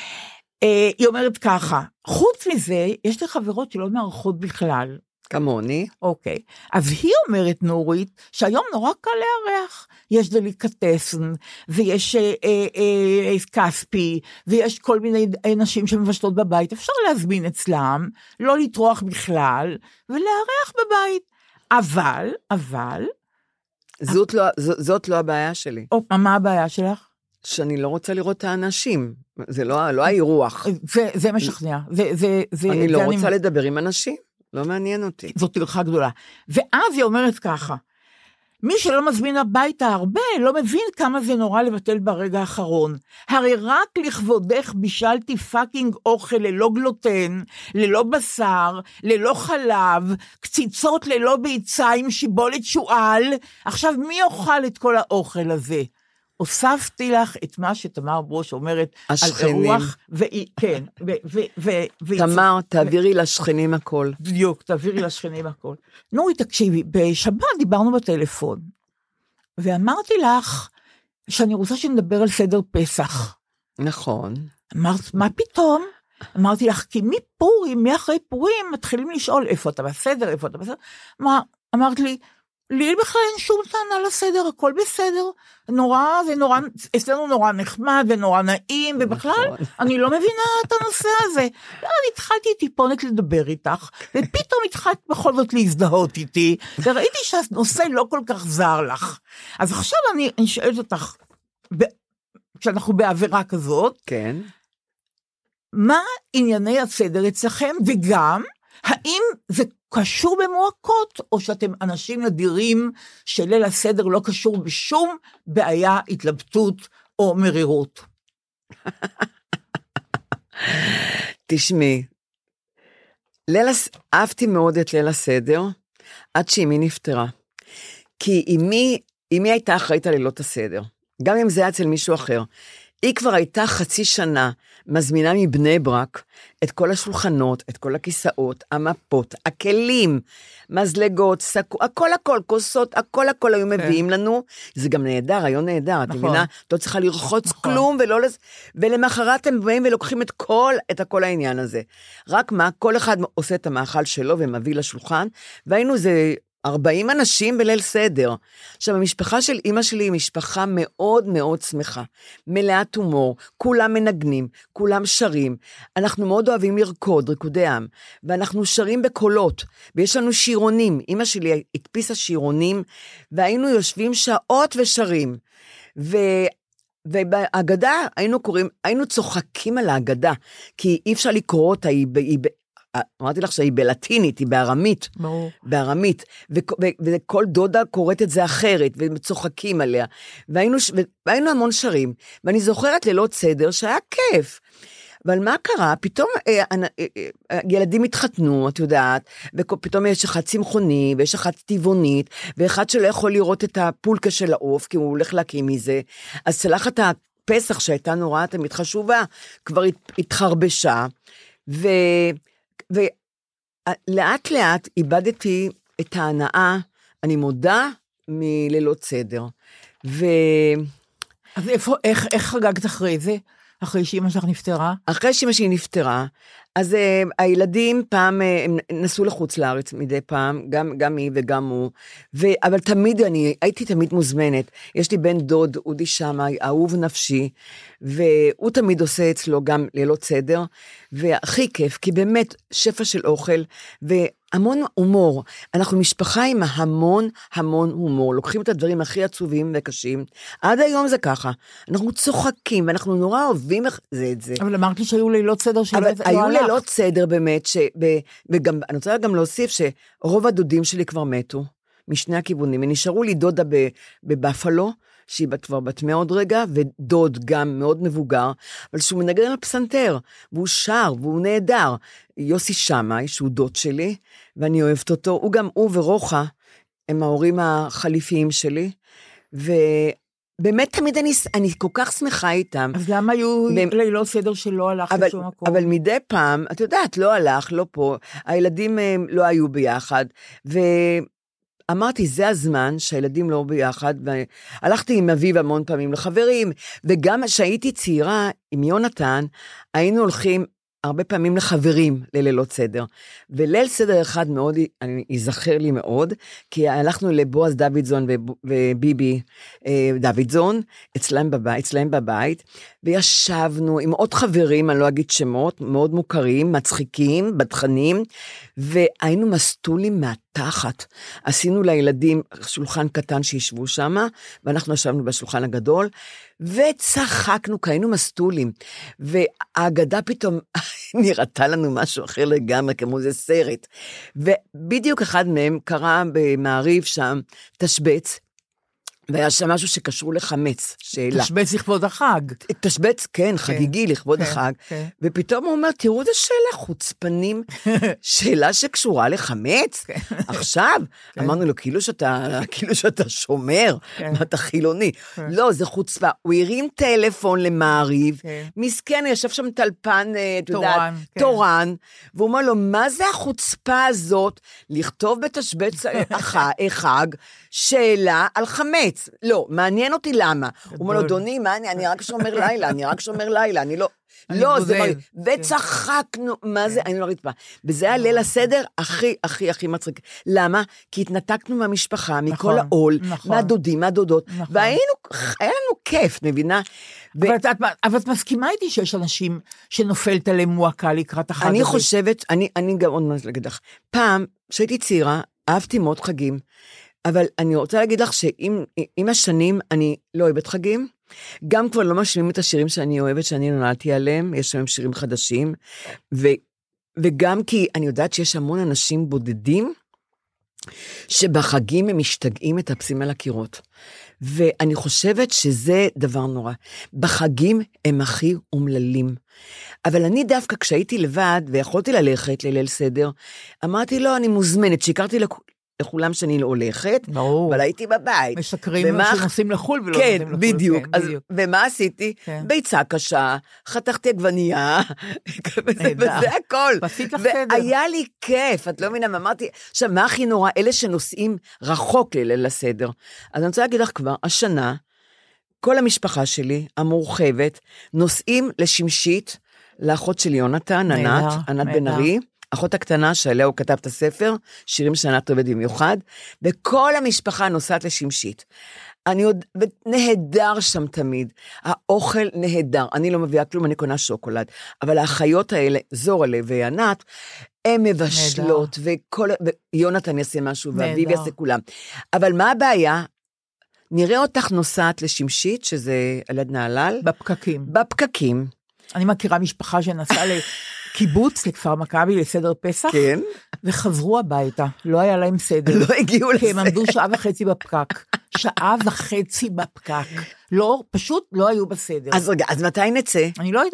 היא אומרת ככה, חוץ מזה, יש לי חברות שלא מערכות בכלל. כמוני. אוקיי. אז היא אומרת, נורית, שהיום נורא קל לארח. יש דליקטסן, ויש אה, אה, כספי, ויש כל מיני נשים שמבשלות בבית. אפשר להזמין אצלם, לא לטרוח בכלל, ולארח בבית. אבל, אבל... זאת, לא, זאת לא הבעיה שלי. או, מה הבעיה שלך? שאני לא רוצה לראות את האנשים, זה לא, לא האירוח. זה, זה משכנע. זה, זה, זה, אני זה לא אני... רוצה לדבר עם אנשים, לא מעניין אותי. זאת טרחה גדולה. ואז היא אומרת ככה, מי שלא מזמין הביתה הרבה, לא מבין כמה זה נורא לבטל ברגע האחרון. הרי רק לכבודך בישלתי פאקינג אוכל ללא גלוטן, ללא בשר, ללא חלב, קציצות ללא ביצה עם שיבולת שועל. עכשיו מי אוכל את כל האוכל הזה? הוספתי לך את מה שתמר ברוש אומרת, השכנים. על אירוח, כן, ו, ו, ו, ו, תמר, ו, תעבירי ו, לשכנים הכל. בדיוק, תעבירי לשכנים הכל. נורי, תקשיבי, בשבת דיברנו בטלפון, ואמרתי לך, שאני רוצה שנדבר על סדר פסח. נכון. אמרת, מה פתאום? אמרתי לך, כי מפורים, מאחרי פורים, מתחילים לשאול, איפה אתה בסדר, איפה אתה בסדר? מה, אמרת לי, לי בכלל אין שום טענה לסדר, הכל בסדר, נורא, זה נורא, אצלנו נורא נחמד ונורא נעים, ובכלל אני לא מבינה את הנושא הזה. אז התחלתי טיפונת לדבר איתך, ופתאום התחלת בכל זאת להזדהות איתי, וראיתי שהנושא לא כל כך זר לך. אז עכשיו אני, אני שואלת אותך, כשאנחנו בעבירה כזאת, כן. מה ענייני הסדר אצלכם, וגם, האם זה קשור במועקות, או שאתם אנשים נדירים שליל הסדר לא קשור בשום בעיה, התלבטות או מרירות? תשמעי, ליל, אהבתי מאוד את ליל הסדר, עד שאמי נפטרה. כי אמי, אמי הייתה אחראית על לילות הסדר, גם אם זה היה אצל מישהו אחר. היא כבר הייתה חצי שנה מזמינה מבני ברק את כל השולחנות, את כל הכיסאות, המפות, הכלים, מזלגות, סקו, הכל הכל, כוסות, הכל הכל היו מביאים לנו. זה גם נהדר, היום נהדר, את מבינה? את לא צריכה לרחוץ כלום, ולמחרת הם באים ולוקחים את כל, את הכל העניין הזה. רק מה, כל אחד עושה את המאכל שלו ומביא לשולחן, והיינו זה ארבעים אנשים בליל סדר. עכשיו, המשפחה של אמא שלי היא משפחה מאוד מאוד שמחה, מלאת הומור, כולם מנגנים, כולם שרים, אנחנו מאוד אוהבים לרקוד, ריקודי עם, ואנחנו שרים בקולות, ויש לנו שירונים, אמא שלי הקפיסה שירונים, והיינו יושבים שעות ושרים, ו... ובהגדה היינו קוראים, היינו צוחקים על ההגדה, כי אי אפשר לקרוא אותה, היא, היא, אמרתי לך שהיא בלטינית, היא בארמית, ברור. בארמית, וכל דודה קוראת את זה אחרת, ומצוחקים עליה, והיינו, והיינו המון שרים, ואני זוכרת לילות סדר שהיה כיף, אבל מה קרה? פתאום אה, אה, אה, ילדים התחתנו, את יודעת, ופתאום יש אחד צמחוני, ויש אחד טבעונית, ואחד שלא יכול לראות את הפולקה של העוף, כי הוא הולך להקים מזה, אז צלחת הפסח שהייתה נוראה תמיד חשובה, כבר התחרבשה, ו... ולאט לאט איבדתי את ההנאה, אני מודה, מלילות סדר. ו... אז איפה, איך, איך חגגת אחרי זה? אחרי שאמא שלך נפטרה? אחרי שאמא שלי נפטרה, אז uh, הילדים פעם, uh, הם נסעו לחוץ לארץ מדי פעם, גם, גם היא וגם הוא, ו, אבל תמיד אני, הייתי תמיד מוזמנת, יש לי בן דוד, אודי שמאי, אהוב נפשי, והוא תמיד עושה אצלו גם לילות סדר, והכי כיף, כי באמת שפע של אוכל, והמון הומור, אנחנו משפחה עם המון המון הומור, לוקחים את הדברים הכי עצובים וקשים, עד היום זה ככה, אנחנו צוחקים, ואנחנו נורא אוהבים זה את זה. אבל אמרת לי שהיו לילות סדר שלא אבל לא היו הלך. לילות סדר באמת, ש, ב, וגם, אני רוצה גם להוסיף שרוב הדודים שלי כבר מתו, משני הכיוונים, ונשארו לי דודה בבפלו, שהיא כבר בת מאוד רגע, ודוד גם מאוד מבוגר, אבל שהוא מנגן על פסנתר, והוא שר, והוא נהדר. יוסי שמאי, שהוא דוד שלי, ואני אוהבת אותו, הוא גם, הוא ורוחה, הם ההורים החליפיים שלי, ובאמת תמיד אני, אני כל כך שמחה איתם. אז למה היו ב... לילות סדר שלא הלך אבל, לשום מקום? אבל מדי פעם, את יודעת, לא הלך, לא פה, הילדים הם, לא היו ביחד, ו... אמרתי, זה הזמן שהילדים לא ביחד, והלכתי עם אביב המון פעמים לחברים, וגם כשהייתי צעירה עם יונתן, היינו הולכים הרבה פעמים לחברים ללילות סדר, וליל סדר אחד מאוד, אני אזכר לי מאוד, כי הלכנו לבועז דוידזון וביבי דוידזון, אצלם בבית, אצלם בבית, וישבנו עם עוד חברים, אני לא אגיד שמות, מאוד מוכרים, מצחיקים, בטחנים, והיינו מסטולים מהתחת, עשינו לילדים שולחן קטן שישבו שם, ואנחנו ישבנו בשולחן הגדול, וצחקנו, כי היינו מסטולים, והאגדה פתאום נראתה לנו משהו אחר לגמרי, כמו זה סרט, ובדיוק אחד מהם קרא במעריב שם, תשבץ, והיה שם משהו שקשור לחמץ, שאלה. תשבץ לכבוד החג. תשבץ, כן, חגיגי לכבוד החג. ופתאום הוא אומר, תראו איזה שאלה, חוצפנים, שאלה שקשורה לחמץ. עכשיו, אמרנו לו, כאילו שאתה, כאילו שאתה שומר, ואתה חילוני. לא, זה חוצפה. הוא הרים טלפון למעריב, מסכן, ישב שם טלפן, אתה יודע, תורן, והוא אומר לו, מה זה החוצפה הזאת, לכתוב בתשבץ החג, שאלה על חמץ? לא, מעניין אותי למה. הוא אומר לו, דוני, מה אני, אני רק שומר לילה, אני רק שומר לילה, אני לא, לא, זה מראה, וצחקנו, מה זה, אני לא רצפה. וזה היה ליל הסדר הכי, הכי, הכי מצחיק. למה? כי התנתקנו מהמשפחה, מכל העול, מהדודים, מהדודות, והיינו, היה לנו כיף, מבינה? אבל את מסכימה איתי שיש אנשים שנופלת עליהם מועקה לקראת החג הזה? אני חושבת, אני גם עוד מעט להגיד לך, פעם, כשהייתי צעירה, אהבתי מאוד חגים, אבל אני רוצה להגיד לך שעם השנים אני לא אוהבת חגים, גם כבר לא משמיעים את השירים שאני אוהבת, שאני נולדתי עליהם, יש שם שירים חדשים, ו, וגם כי אני יודעת שיש המון אנשים בודדים, שבחגים הם משתגעים את הפסים על הקירות, ואני חושבת שזה דבר נורא, בחגים הם הכי אומללים, אבל אני דווקא כשהייתי לבד, ויכולתי ללכת לליל סדר, אמרתי לו, אני מוזמנת, שיקרתי לכ... לכולם שאני לא הולכת, ברור. אבל הייתי בבית. משקרים ומה... שנוסעים לחול ולא כן, נוסעים לחול. בדיוק. כן, אז, בדיוק. ומה עשיתי? כן. ביצה קשה, חתכתי עגבנייה, וזה הכל. ועשית לך סדר. והיה לי כיף, את לא מבינה, אמרתי, עכשיו, מה הכי נורא? אלה שנוסעים רחוק לליל הסדר. אז אני רוצה להגיד לך כבר, השנה, כל המשפחה שלי, המורחבת, נוסעים לשמשית, לאחות של יונתן, ענת, ענת בן ארי, אחות הקטנה שעליה הוא כתב את הספר, שירים שענת עובד במיוחד, וכל המשפחה נוסעת לשמשית. אני עוד, נהדר שם תמיד, האוכל נהדר, אני לא מביאה כלום, אני קונה שוקולד, אבל האחיות האלה, זורלה וענת, הן מבשלות, וכל, ויונתן יעשה משהו, ואביב יעשה כולם. אבל מה הבעיה? נראה אותך נוסעת לשמשית, שזה ילד נהלל. בפקקים. בפקקים. אני מכירה משפחה שנסעה לקיבוץ, לכפר מכבי, לסדר פסח, כן. וחזרו הביתה, לא היה להם סדר. לא הגיעו לסדר. כי הם עמדו שעה וחצי בפקק. שעה וחצי בפקק. לא, פשוט לא היו בסדר. אז רגע, אז מתי נצא? אני לא יודעת.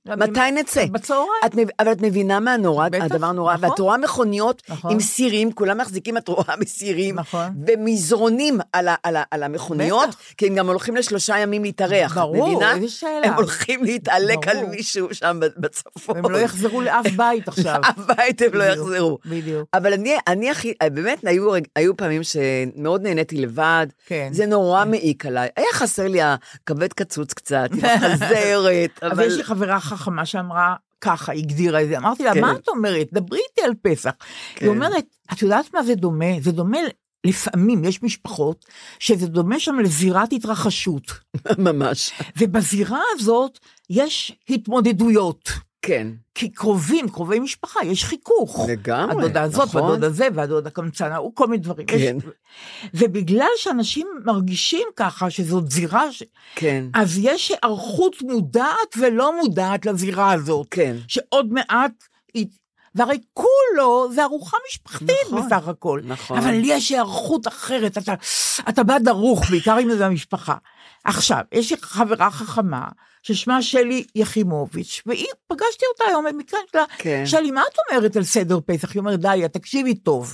מתי נצא? בצהריים. את מב... אבל את מבינה מה נורא, בטח, הדבר נורא, נכון. ואת רואה מכוניות נכון. עם סירים, כולם מחזיקים את רואה בסירים, נכון. ומזרונים על, ה... על, ה... על המכוניות, בטח. כי הם גם הולכים לשלושה ימים להתארח, ברור, מבינה? איזה שאלה. הם הולכים להתעלק ברור. על מישהו שם בצפון. הם לא יחזרו לאף בית עכשיו. לאף בית הם לא בדיוק, יחזרו. בדיוק. אבל אני, אני הכי, באמת היו, היו פעמים שמאוד נהניתי לבד, כן. זה נורא מעיק עליי, היה חסר לי הכבד קצוץ קצת, עם החזרת, אבל אבל... יש לי חברה חכמה שאמרה ככה, הגדירה את זה, אמרתי לה, כן. מה את אומרת? דברי איתי על פסח. כן. היא אומרת, את יודעת מה זה דומה? זה דומה, לפעמים יש משפחות, שזה דומה שם לזירת התרחשות, ממש. ובזירה הזאת יש התמודדויות. כן. כי קרובים, קרובי משפחה, יש חיכוך. לגמרי, הדודה הזאת, נכון. והדודה זה, והדודה קמצנה, הוא כל מיני דברים. כן. יש... ובגלל שאנשים מרגישים ככה, שזאת זירה, ש... כן. אז יש הערכות מודעת ולא מודעת לזירה הזאת. כן. שעוד מעט, היא... והרי כולו זה ארוחה משפחתית נכון, בסך הכל. נכון. אבל לי יש הערכות אחרת, אתה, אתה בא דרוך, בעיקר אם זה המשפחה. עכשיו, יש לי חברה חכמה, ששמה שלי יחימוביץ', והיא, פגשתי אותה היום במקרה שלה, כן. שלי, מה את אומרת על סדר פסח? היא אומרת, די, תקשיבי טוב.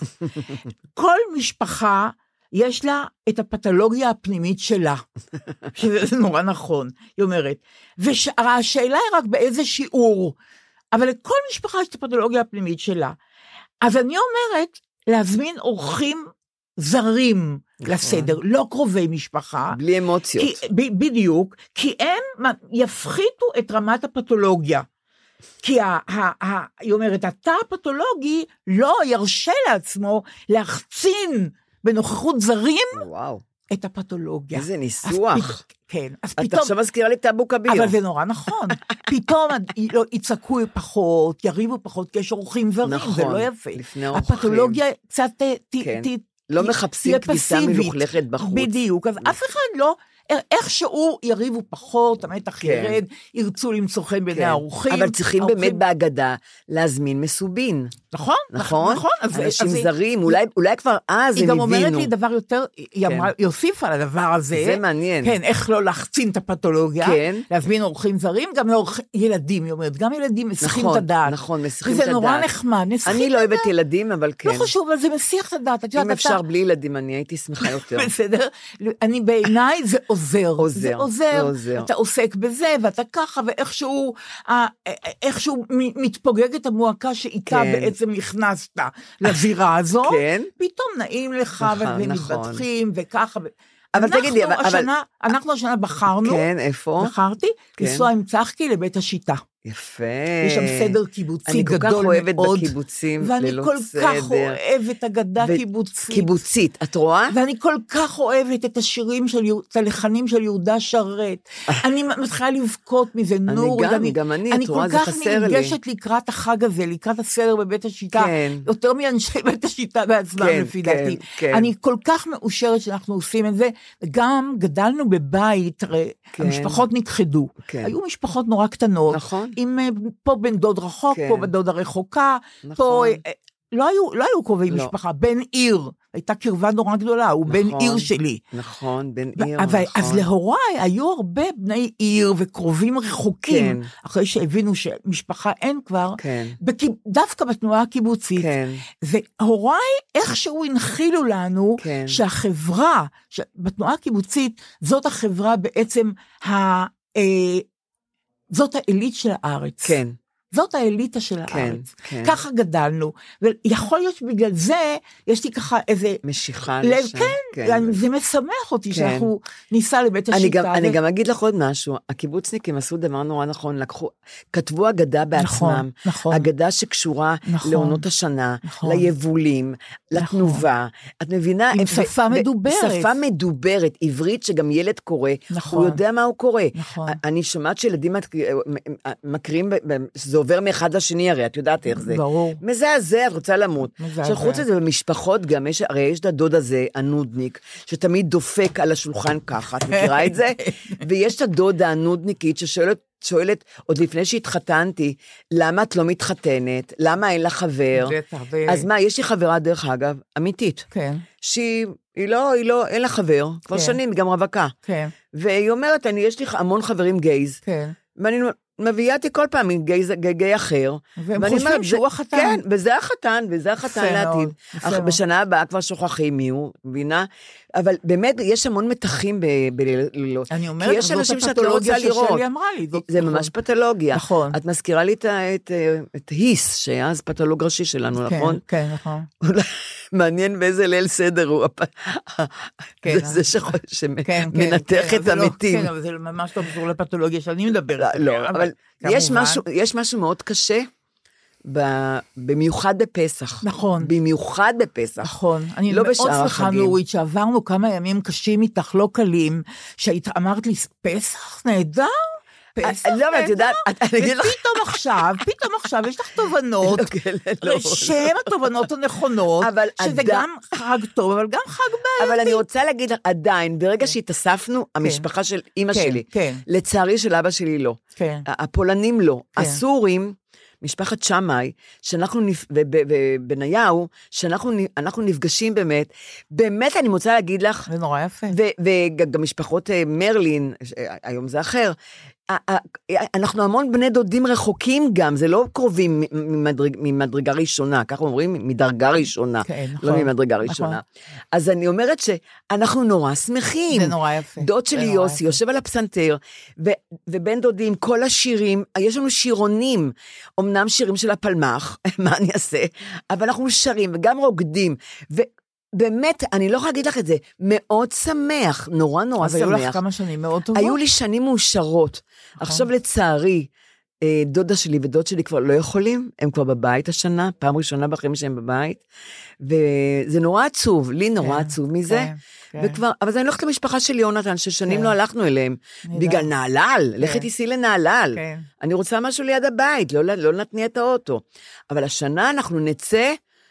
כל משפחה, יש לה את הפתולוגיה הפנימית שלה, שזה נורא נכון, היא אומרת. והשאלה היא רק באיזה שיעור, אבל לכל משפחה יש את הפתולוגיה הפנימית שלה. אז אני אומרת, להזמין אורחים זרים לסדר, לא קרובי משפחה. בלי אמוציות. כי, ב, בדיוק, כי הם יפחיתו את רמת הפתולוגיה. כי ה, ה, ה, היא אומרת, התא הפתולוגי לא ירשה לעצמו להחצין בנוכחות זרים וואו. את הפתולוגיה. איזה ניסוח. אז, כן, אז את פתאום... עכשיו מזכירה לי את אבו כביר. אבל זה נורא נכון. פתאום לא, יצעקו פחות, יריבו פחות, כי יש אורחים זרים, נכון, זה לא יפה. לפני אורחים. הפתולוגיה קצת... כן. ת, לא ת, מחפשים כביסה מלוכלכת בחוץ. בדיוק, אז אף אחד לא... איכשהו יריבו פחות, המתח כן. ירד, ירצו למצוא חן בעיני כן. האורחים. אבל צריכים האורחים... באמת בהגדה להזמין מסובין. נכון, נכון? נכון. אז, אנשים אז זרים, אולי, אולי כבר אז הם היא הבינו. גם אומרת לי דבר יותר, היא, כן. אמרה, היא הוסיפה על הדבר הזה. זה מעניין. כן, איך לא להחצין את הפתולוגיה, כן. להזמין אורחים זרים, גם לאורח... ילדים, היא אומרת, גם ילדים מסיחים נכון, את הדעת. נכון, מסיחים את הדעת. וזה נורא נחמד, מסיחים אני את לא הדעת. אוהבת ילדים, אבל כן. לא חשוב, אבל זה מסיח את הדעת. את יודעת, אם אתה- אפשר בלי ילדים, אני הייתי שמחה יותר. בסדר? אני בעיניי זה עוזר. עוזר, זה זה עוזר. עוזר. אתה עוסק בזה, ואתה ככה, ואיכשהו ה- איכשהו מ- מתפוגגת המועקה שאיתה כן. בעצם נכנסת לזירה הזו, כן. פתאום נעים לך, נכון, ומתבטחים, וככה. ו- אבל אנחנו תגידי, אבל- השנה, אנחנו השנה בחרנו, כן, איפה? בחרתי, כן. לנסוע עם צחקי לבית השיטה. יפה. יש שם סדר קיבוצי אני כל כך גדול אוהבת מאוד, בקיבוצים ואני לילות כל סדר. כך אוהבת אגדה ו- קיבוצית. קיבוצית, את רואה? ואני כל כך אוהבת את השירים של, יהוד- את הלחנים של יהודה שרת. אני מתחילה לבכות מזה, נור. גם, גם אני, את רואה, זה חסר לי. אני כל כך נרגשת לקראת החג הזה, לקראת הסדר בבית השיטה, כן. יותר מאנשי בית השיטה בעצמם, כן, לפי כן, דעתי. כן. אני כל כך מאושרת שאנחנו עושים את זה, וגם גדלנו בבית, הרי כן. המשפחות נכחדו. כן. היו משפחות נורא קטנות, נכון. עם אה, פה בן דוד רחוק, כן. פה בן דוד הרחוקה, נכון. פה... אה, לא היו, לא היו קרובי לא. משפחה, בן עיר, הייתה קרבה נורא גדולה, הוא בן נכון. עיר שלי. נכון, בן עיר, אבל, נכון. אז להוריי היו הרבה בני עיר וקרובים רחוקים, כן. אחרי שהבינו שמשפחה אין כבר, כן. בקיב, דווקא בתנועה הקיבוצית. כן. והוריי איכשהו הנחילו לנו, כן. שהחברה, ש- בתנועה הקיבוצית, זאת החברה בעצם, ה, אה, זאת העילית של הארץ. כן. זאת האליטה של כן, הארץ. כן. ככה גדלנו, ויכול להיות שבגלל זה, יש לי ככה איזה... משיכה לב, לשם. כן, זה משמח אותי כן. שאנחנו ניסע לבית אני השיטה. גם, ו... אני גם אגיד לך עוד משהו, הקיבוצניקים עשו דבר נורא נכון, לקחו, כתבו אגדה בעצמם, נכון, נכון. אגדה שקשורה נכון, לעונות השנה, נכון. ליבולים, לתנובה, את מבינה? עם ו- שפה ו- מדוברת. שפה מדוברת, עברית שגם ילד קורא, נכון. הוא יודע מה הוא קורא. נכון. אני שומעת שילדים מקרים, זה עובר מאחד לשני הרי, את יודעת איך זה. ברור. מזעזע, את רוצה למות. מזעזע. עכשיו חוץ לזה במשפחות גם, יש, הרי יש את הדוד הזה, הנודניק, שתמיד דופק על השולחן ככה, את מכירה את זה? ויש את הדוד הנודניקית ששואלת, שואלת, עוד לפני שהתחתנתי, למה את לא מתחתנת? למה אין לה חבר? בטח, ו- אז מה, יש לי חברה דרך אגב, אמיתית, כן, שהיא היא לא, היא לא, אין לה חבר, כבר כן. שנים, היא גם רווקה. כן, והיא אומרת, אני, יש לי המון חברים גייז, כן. ואני מביאה אותי כל פעם עם גיי, גיי, גיי אחר. והם חושבים שהוא החתן. כן, וזה החתן, וזה החתן לעתיד. יפה אך מאוד. בשנה הבאה כבר שוכחים מי הוא, מבינה? אבל באמת, יש המון מתחים בלילות. אני כי אומרת, יש אנשים זאת שאת לא רוצה הפתולוגיה לראות. ששלי אמרה לי. זאת- זה נכון. ממש פתולוגיה. נכון. את מזכירה לי את, את, את היס, שאז פתולוג ראשי שלנו, כן, נכון? כן, נכון. אולי מעניין באיזה ליל סדר הוא, כן, זה זה שח- כן, כן, שמנתח כן, את אבל לא- המתים. כן, אבל זה ממש לא קשור לפתולוגיה שאני מדברת. לא, עליה, אבל יש כמובן- משהו, יש משהו מאוד קשה, ב- במיוחד בפסח. נכון. במיוחד בפסח. נכון, אני לא מאוד בשאר שמחה החגים. נורית שעברנו כמה ימים קשים איתך, לא קלים, שהיית אמרת לי, פסח נהדר, פסח לא, אבל את יודעת, נהדר, את- אני אגיד לך- ופתאום עכשיו, פתאום עכשיו יש לך תובנות, כן, לא, שהן התובנות הנכונות, אבל שזה עדיין- גם חג טוב, אבל גם חג בעייתי. אבל אני רוצה להגיד לך, עדיין, ברגע שהתאספנו, המשפחה של אימא כן, שלי, כן. לצערי של אבא שלי לא. כן. הפולנים לא. כן. הסורים, משפחת שמאי, שאנחנו, נפ- ו- ו- ובניהו, שאנחנו נ- אנחנו נפגשים באמת, באמת אני רוצה להגיד לך, זה נורא יפה. ו- וגם משפחות אה, מרלין, אה, היום זה אחר, ה- ה- אנחנו המון בני דודים רחוקים גם, זה לא קרובים ממדרג, ממדרגה ראשונה, ככה אומרים, מדרגה ראשונה, כן, לא נכון, ממדרגה נכון. ראשונה. אז אני אומרת שאנחנו נורא שמחים. זה נורא יפה. דוד זה שלי נורא יוסי יפה. יושב על הפסנתר, ו- ובן דודים, כל השירים, יש לנו שירונים, אמנם שירים של הפלמח, מה אני אעשה, אבל אנחנו שרים וגם רוקדים, ובאמת, אני לא יכולה להגיד לך את זה, מאוד שמח, נורא נורא אז היו לך שמח. כמה שנים מאוד טובות. היו לי שנים מאושרות. עכשיו לצערי, אה, דודה שלי ודוד שלי כבר לא יכולים, הם כבר בבית השנה, פעם ראשונה בחיים שהם בבית, וזה נורא עצוב, לי נורא כן, עצוב מזה, כן, כן. וכבר, אבל אז אני הולכת למשפחה של יונתן, ששנים כן. לא הלכנו אליהם, אני בגלל יודעת. נהלל, לכי תיסעי לנהלל, כן. אני רוצה משהו ליד הבית, לא, לא נתניע את האוטו, אבל השנה אנחנו נצא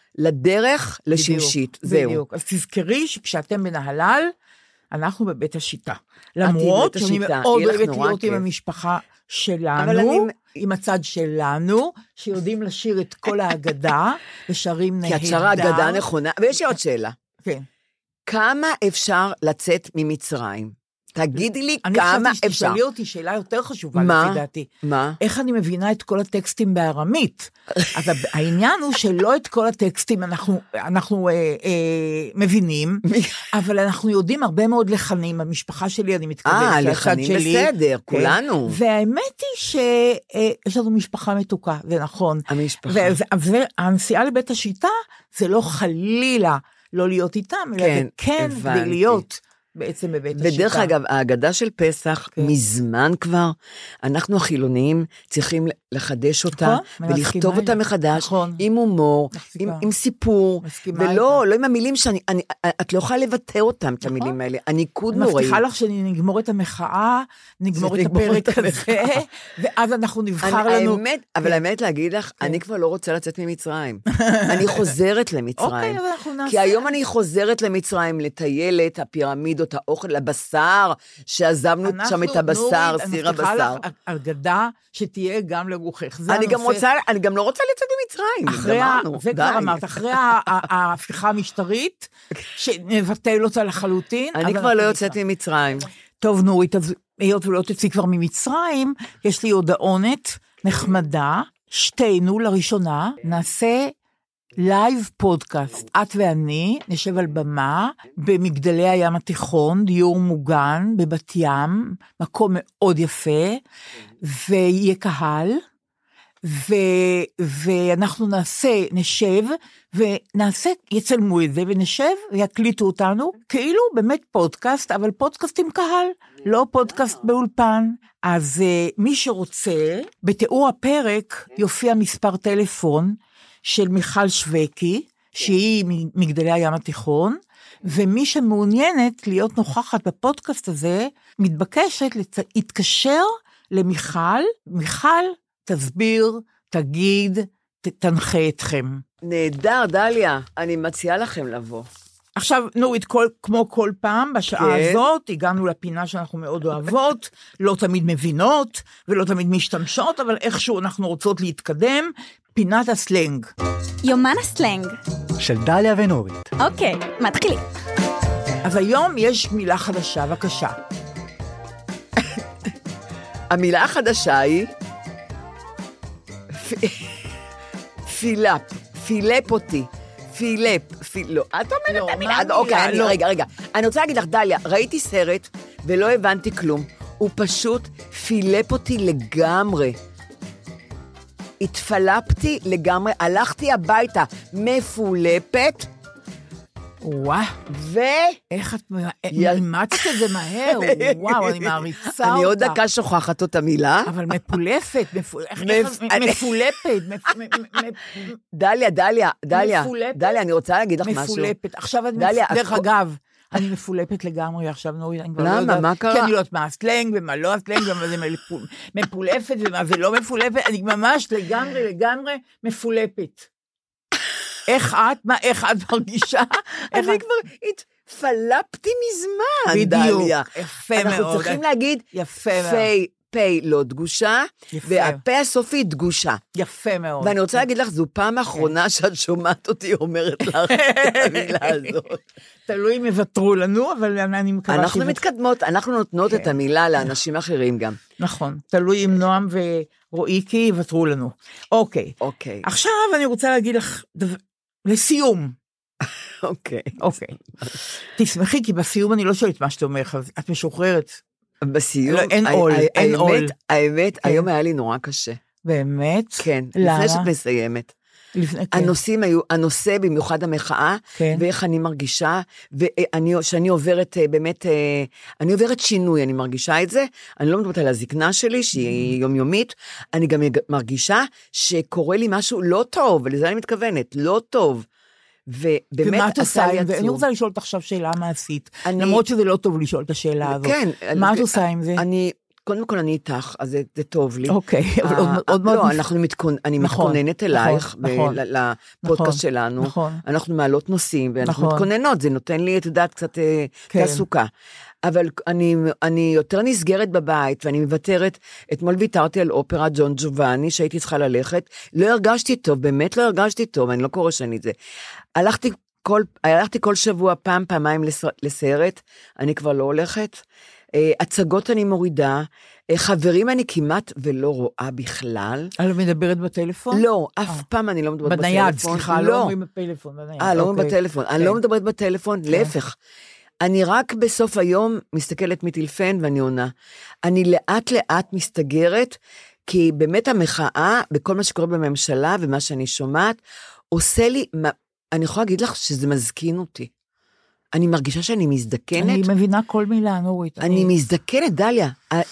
לדרך לשמשית, בדיוק, זהו. בדיוק. אז תזכרי שכשאתם בנהלל, אנחנו בבית השיטה. למרות בבית שאני השיטה, מאוד יהיה לך אוהבת נורא להיות עם כיף. המשפחה אבל אני- שלנו, עם הצד שלנו, שיודעים לשיר את כל ההגדה, ושרים נהדר. כי את שרה אגדה נכונה, ויש לי עוד שאלה. כן. כמה אפשר לצאת ממצרים? תגידי לי אני כמה חשבתי אפשר. שתשאלי אותי שאלה יותר חשובה, מה? לפי דעתי. מה? איך אני מבינה את כל הטקסטים בארמית? אז העניין הוא שלא את כל הטקסטים אנחנו, אנחנו אה, אה, מבינים, אבל אנחנו יודעים הרבה מאוד לחנים, המשפחה שלי, אני מתכוונת, אה, שהצד לחנים שלי, בסדר, כן. כולנו. והאמת היא שיש לנו משפחה מתוקה, זה נכון. המשפחה. והנסיעה לבית השיטה, זה לא חלילה לא להיות איתם, אלא כן, זה כן כדי הבנתי. להיות בעצם בבית השיטה. ודרך אגב, ההגדה של פסח, כן. מזמן כבר, אנחנו החילוניים צריכים לחדש אותה, נכון, אני ולכתוב מסכימה אותה איתך. מחדש, נכון. עם הומור, מסכימה. עם, עם סיפור, מסכימה ולא, איתך. לא עם המילים שאני, אני, את לא יכולה לבטא אותם, את המילים האלה, הניקוד אני נוראי. מבטיחה לך שנגמור את המחאה, נגמור את נגמור את הפרק הזה, המחאה. ואז אנחנו נבחר אני, לנו... האמת, אבל האמת להגיד לך, אני כבר לא רוצה לצאת ממצרים. אני חוזרת למצרים. אוקיי, אז אנחנו נעשה. כי היום אני חוזרת למצרים, לטייל את הפירמידות, האוכל, לבשר, שעזבנו שם את הבשר, סיר הבשר. אני מבטיחה לך אגדה שתהיה גם לרוחך. זה אני גם הנושא. רוצה, אני גם לא רוצה לצאת ממצרים, אחרי, ה- גמרנו, זה די. כבר אמרת, אחרי ה- ה- ההפיכה המשטרית, שנבטל אותה לחלוטין. אני אז כבר אנחנו לא נקרא. יוצאת ממצרים. טוב, נורית, אז היות ולא תצאי כבר ממצרים, יש לי הודעונת נחמדה, שתינו לראשונה נעשה לייב פודקאסט. את ואני נשב על במה במגדלי הים התיכון, דיור מוגן בבת ים, מקום מאוד יפה, ויהיה קהל, ו, ואנחנו נעשה, נשב, ונעשה, יצלמו את זה, ונשב, ויקליטו אותנו, כאילו באמת פודקאסט, אבל פודקאסט עם קהל, לא פודקאסט באולפן. אז uh, מי שרוצה, בתיאור הפרק יופיע מספר טלפון של מיכל שווקי, שהיא מגדלי הים התיכון, ומי שמעוניינת להיות נוכחת בפודקאסט הזה, מתבקשת להתקשר למיכל, מיכל, תסביר, תגיד, ת, תנחה אתכם. נהדר, דליה, אני מציעה לכם לבוא. עכשיו, נורית, כל, כמו כל פעם, בשעה כן. הזאת, הגענו לפינה שאנחנו מאוד אוהבות, לא תמיד מבינות, ולא תמיד משתמשות, אבל איכשהו אנחנו רוצות להתקדם, פינת הסלנג. יומן הסלנג. של דליה ונורית. אוקיי, מתחילים. אז היום יש מילה חדשה, בבקשה. המילה החדשה היא פילאפ, פילאפ אותי. פילאפ, פילאפ. את אומרת את המילה? אוקיי, רגע, רגע. אני רוצה להגיד לך, דליה, ראיתי סרט ולא הבנתי כלום. הוא פשוט פילאפ אותי לגמרי. התפלפתי לגמרי, הלכתי הביתה מפולפת, וואו, ו... איך את נלמצת את זה מהר, וואו, אני מעריצה אותה. אני עוד דקה שוכחת אותה מילה. אבל מפולפת, מפולפת. דליה, דליה, דליה, דליה, אני רוצה להגיד לך משהו. מפולפת, עכשיו את דרך אגב, אני מפולפת לגמרי עכשיו, נורית. למה? מה קרה? כי אני לא יודעת מה הסלנג ומה לא הסלנג, ומה זה מפולפת ומה זה לא מפולפת, אני ממש לגמרי, לגמרי מפולפת. איך את? מה, איך את מרגישה? אני כבר התפלפתי מזמן, דליה. יפה מאוד. אנחנו צריכים להגיד, יפה מאוד. פי, פי לא דגושה, והפה הסופי דגושה. יפה מאוד. ואני רוצה להגיד לך, זו פעם האחרונה שאת שומעת אותי אומרת לך את המילה הזאת. תלוי אם יוותרו לנו, אבל אני מקווה... אנחנו מתקדמות, אנחנו נותנות את המילה לאנשים אחרים גם. נכון, תלוי אם נועם ורועיקי יוותרו לנו. אוקיי. אוקיי. עכשיו אני רוצה להגיד לך, לסיום. אוקיי. אוקיי. תשמחי, כי בסיום אני לא שואלת מה שאתה אומר, את משוחררת. בסיום, אין עול, אין עול. האמת, היום היה לי נורא קשה. באמת? כן, לפני שאת מסיימת. הנושאים היו, הנושא במיוחד המחאה, ואיך אני מרגישה, ושאני עוברת באמת, אני עוברת שינוי, אני מרגישה את זה, אני לא מדברת על הזקנה שלי, שהיא יומיומית, אני גם מרגישה שקורה לי משהו לא טוב, ולזה אני מתכוונת, לא טוב. ומה את עושה עם זה? אני רוצה לשאול אותך עכשיו שאלה מעשית, למרות שזה לא טוב לשאול את השאלה הזאת. מה את עושה עם זה? אני... קודם כל אני איתך, אז זה טוב לי. אוקיי, אבל עוד מאוד... לא, אני מתכוננת אלייך, לפודקאסט שלנו, אנחנו מעלות נושאים, ואנחנו מתכוננות, זה נותן לי, את יודעת, קצת תעסוקה. אבל אני יותר נסגרת בבית, ואני מבטרת, אתמול ויתרתי על אופרה ג'ון ג'ובאני, שהייתי צריכה ללכת, לא הרגשתי טוב, באמת לא הרגשתי טוב, אני לא קורא שאני זה. הלכתי כל, הלכתי כל שבוע פעם, פעמיים לסרט, אני כבר לא הולכת, הצגות אני מורידה, חברים אני כמעט ולא רואה בכלל. אני מדברת בטלפון? לא, אף פעם אני לא מדברת בטלפון. בנייד, סליחה, לא אומרים בטלפון. אה, לא אומרים בטלפון, אני לא מדברת בטלפון, להפך. אני רק בסוף היום מסתכלת מטלפן ואני עונה. אני לאט לאט מסתגרת, כי באמת המחאה, בכל מה שקורה בממשלה ומה שאני שומעת, עושה לי, אני יכולה להגיד לך שזה מזכין אותי. אני מרגישה שאני מזדקנת. אני מבינה כל מילה, נורית. אני מזדקנת, דליה.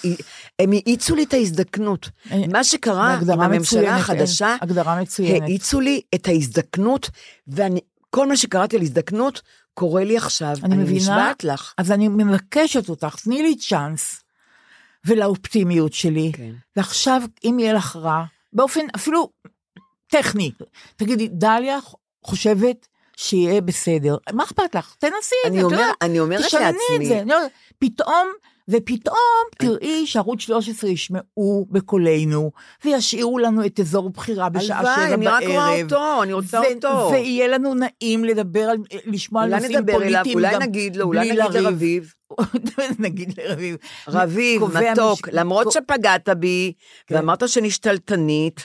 הם העיצו לי את ההזדקנות. מה שקרה עם הממשלה החדשה, העיצו לי את ההזדקנות, וכל מה שקראתי על הזדקנות, קורה לי עכשיו. אני נשבעת לך. אז אני מבקשת אותך, תני לי צ'אנס, ולאופטימיות שלי, ועכשיו, אם יהיה לך רע, באופן אפילו טכני, תגידי, דליה חושבת, שיהיה בסדר. מה אכפת לך? תנסי את זה. אני אומרת לעצמי. פתאום, ופתאום תראי שערוץ שלוש עשרה ישמעו בקולנו, וישאירו לנו את אזור בחירה בשעה שבע בערב. אני רק רואה אותו, אני רוצה אותו. ויהיה לנו נעים לדבר, לשמוע על נושאים פוליטיים. אולי נגיד לו, אולי נגיד לרביב. נגיד לרביב. רביב, מתוק, למרות שפגעת בי, ואמרת שנשתלטנית,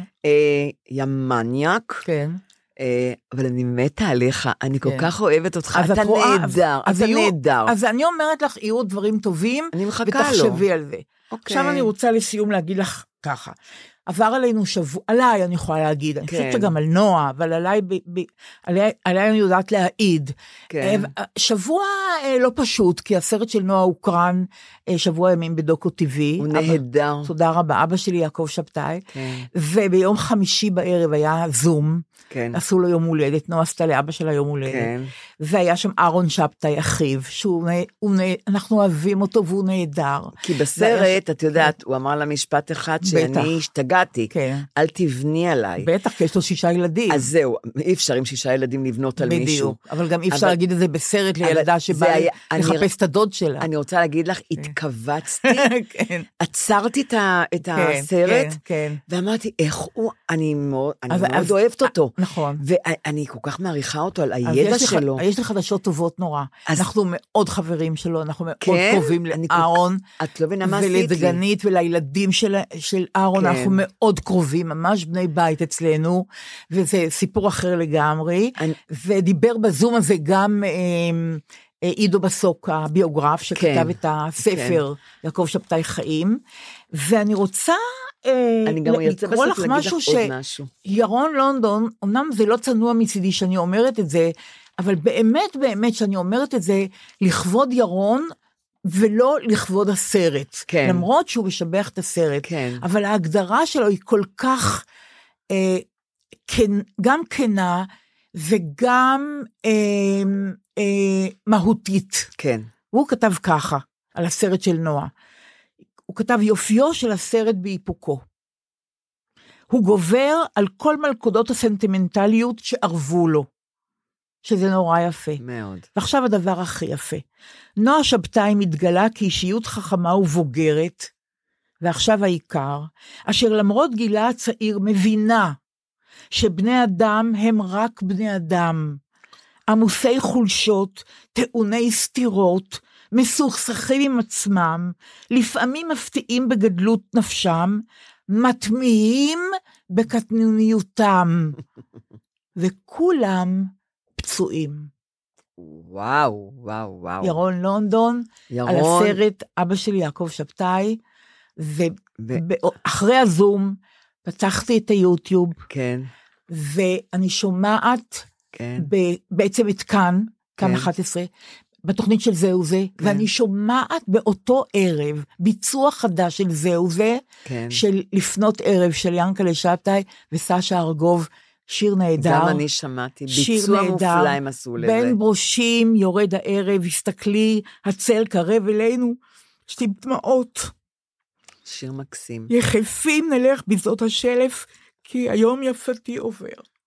ימניאק. כן. אבל אני מתה עליך, אני כל כך אוהבת אותך, אתה נהדר, אתה נהדר. אז אני אומרת לך, יהיו דברים טובים, ותחשבי על זה. עכשיו אני רוצה לסיום להגיד לך ככה, עבר עלינו שבוע, עליי אני יכולה להגיד, אני חושבת שגם על נועה, אבל עליי אני יודעת להעיד. שבוע לא פשוט, כי הסרט של נועה הוקרן שבוע ימים בדוקו טבעי. הוא נהדר. תודה רבה, אבא שלי יעקב שבתאי, וביום חמישי בערב היה זום, עשו לו יום הולדת, נועה עשתה לאבא שלה יום הולדת, והיה שם אהרון שבתאי אחיו, שאנחנו אוהבים אותו והוא נהדר. כי בסרט, את יודעת, הוא אמר לה משפט אחד שאני השתגעתי, אל תבני עליי. בטח, כי יש לו שישה ילדים. אז זהו, אי אפשר עם שישה ילדים לבנות על מישהו. בדיוק, אבל גם אי אפשר להגיד את זה בסרט לילדה שבאה לחפש את הדוד שלה. אני רוצה להגיד לך, התכווצתי, עצרתי את הסרט, ואמרתי, איך הוא אני מאוד, אני אז- מאוד אז- אוהבת אותו. נכון. ואני כל כך מעריכה אותו על אז הידע יש לי ח- שלו. יש לי חדשות טובות נורא. אז- אנחנו מאוד חברים שלו, אנחנו מאוד כן? קרובים אני כל- לאהרון. את לא מבינה מה עשית לי. ולדגנית ולילדים של, של אהרון, כן. אנחנו מאוד קרובים, ממש בני בית אצלנו, וזה סיפור אחר לגמרי. אני- ודיבר בזום הזה גם אה, אה, עידו בסוק, הביוגרף, שכתב כן. את הספר, יעקב שבתאי חיים, ואני רוצה אה, אני גם ארצה לקרוא בסוף לך להגיד לך משהו עוד משהו. שירון לונדון, אמנם זה לא צנוע מצידי שאני אומרת את זה, אבל באמת באמת שאני אומרת את זה, לכבוד ירון, ולא לכבוד הסרט. כן. למרות שהוא משבח את הסרט. כן. אבל ההגדרה שלו היא כל כך, אה, כן, גם כנה, וגם אה, אה, מהותית. כן. הוא כתב ככה, על הסרט של נועה. הוא כתב יופיו של הסרט באיפוקו. הוא גובר על כל מלכודות הסנטימנטליות שערבו לו. שזה נורא יפה. מאוד. ועכשיו הדבר הכי יפה. נועה שבתאי מתגלה כאישיות חכמה ובוגרת, ועכשיו העיקר, אשר למרות גילה הצעיר מבינה, שבני אדם הם רק בני אדם, עמוסי חולשות, טעוני סתירות, מסוכסכים עם עצמם, לפעמים מפתיעים בגדלות נפשם, מטמיעים בקטנוניותם, וכולם פצועים. וואו, וואו, וואו. ירון לונדון, ירון. על הסרט אבא שלי יעקב שבתאי, ו- ואחרי הזום פתחתי את היוטיוב, כן, ואני שומעת כן. ב- בעצם את כאן, כאן כן. אחת עשרה, בתוכנית של זהו זה, ואני שומעת באותו ערב ביצוע חדש של זהו זה, כן. של לפנות ערב של ינקלה שבתאי וסשה ארגוב, שיר נהדר. גם אני שמעתי, שיר ביצוע נהדר, מופלא הם עשו לזה. בין ברושים יורד הערב, הסתכלי, הצל קרב אלינו, יש לי דמעות, שיר מקסים. יחפים נלך בזאת השלף, כי היום יפתי עובר.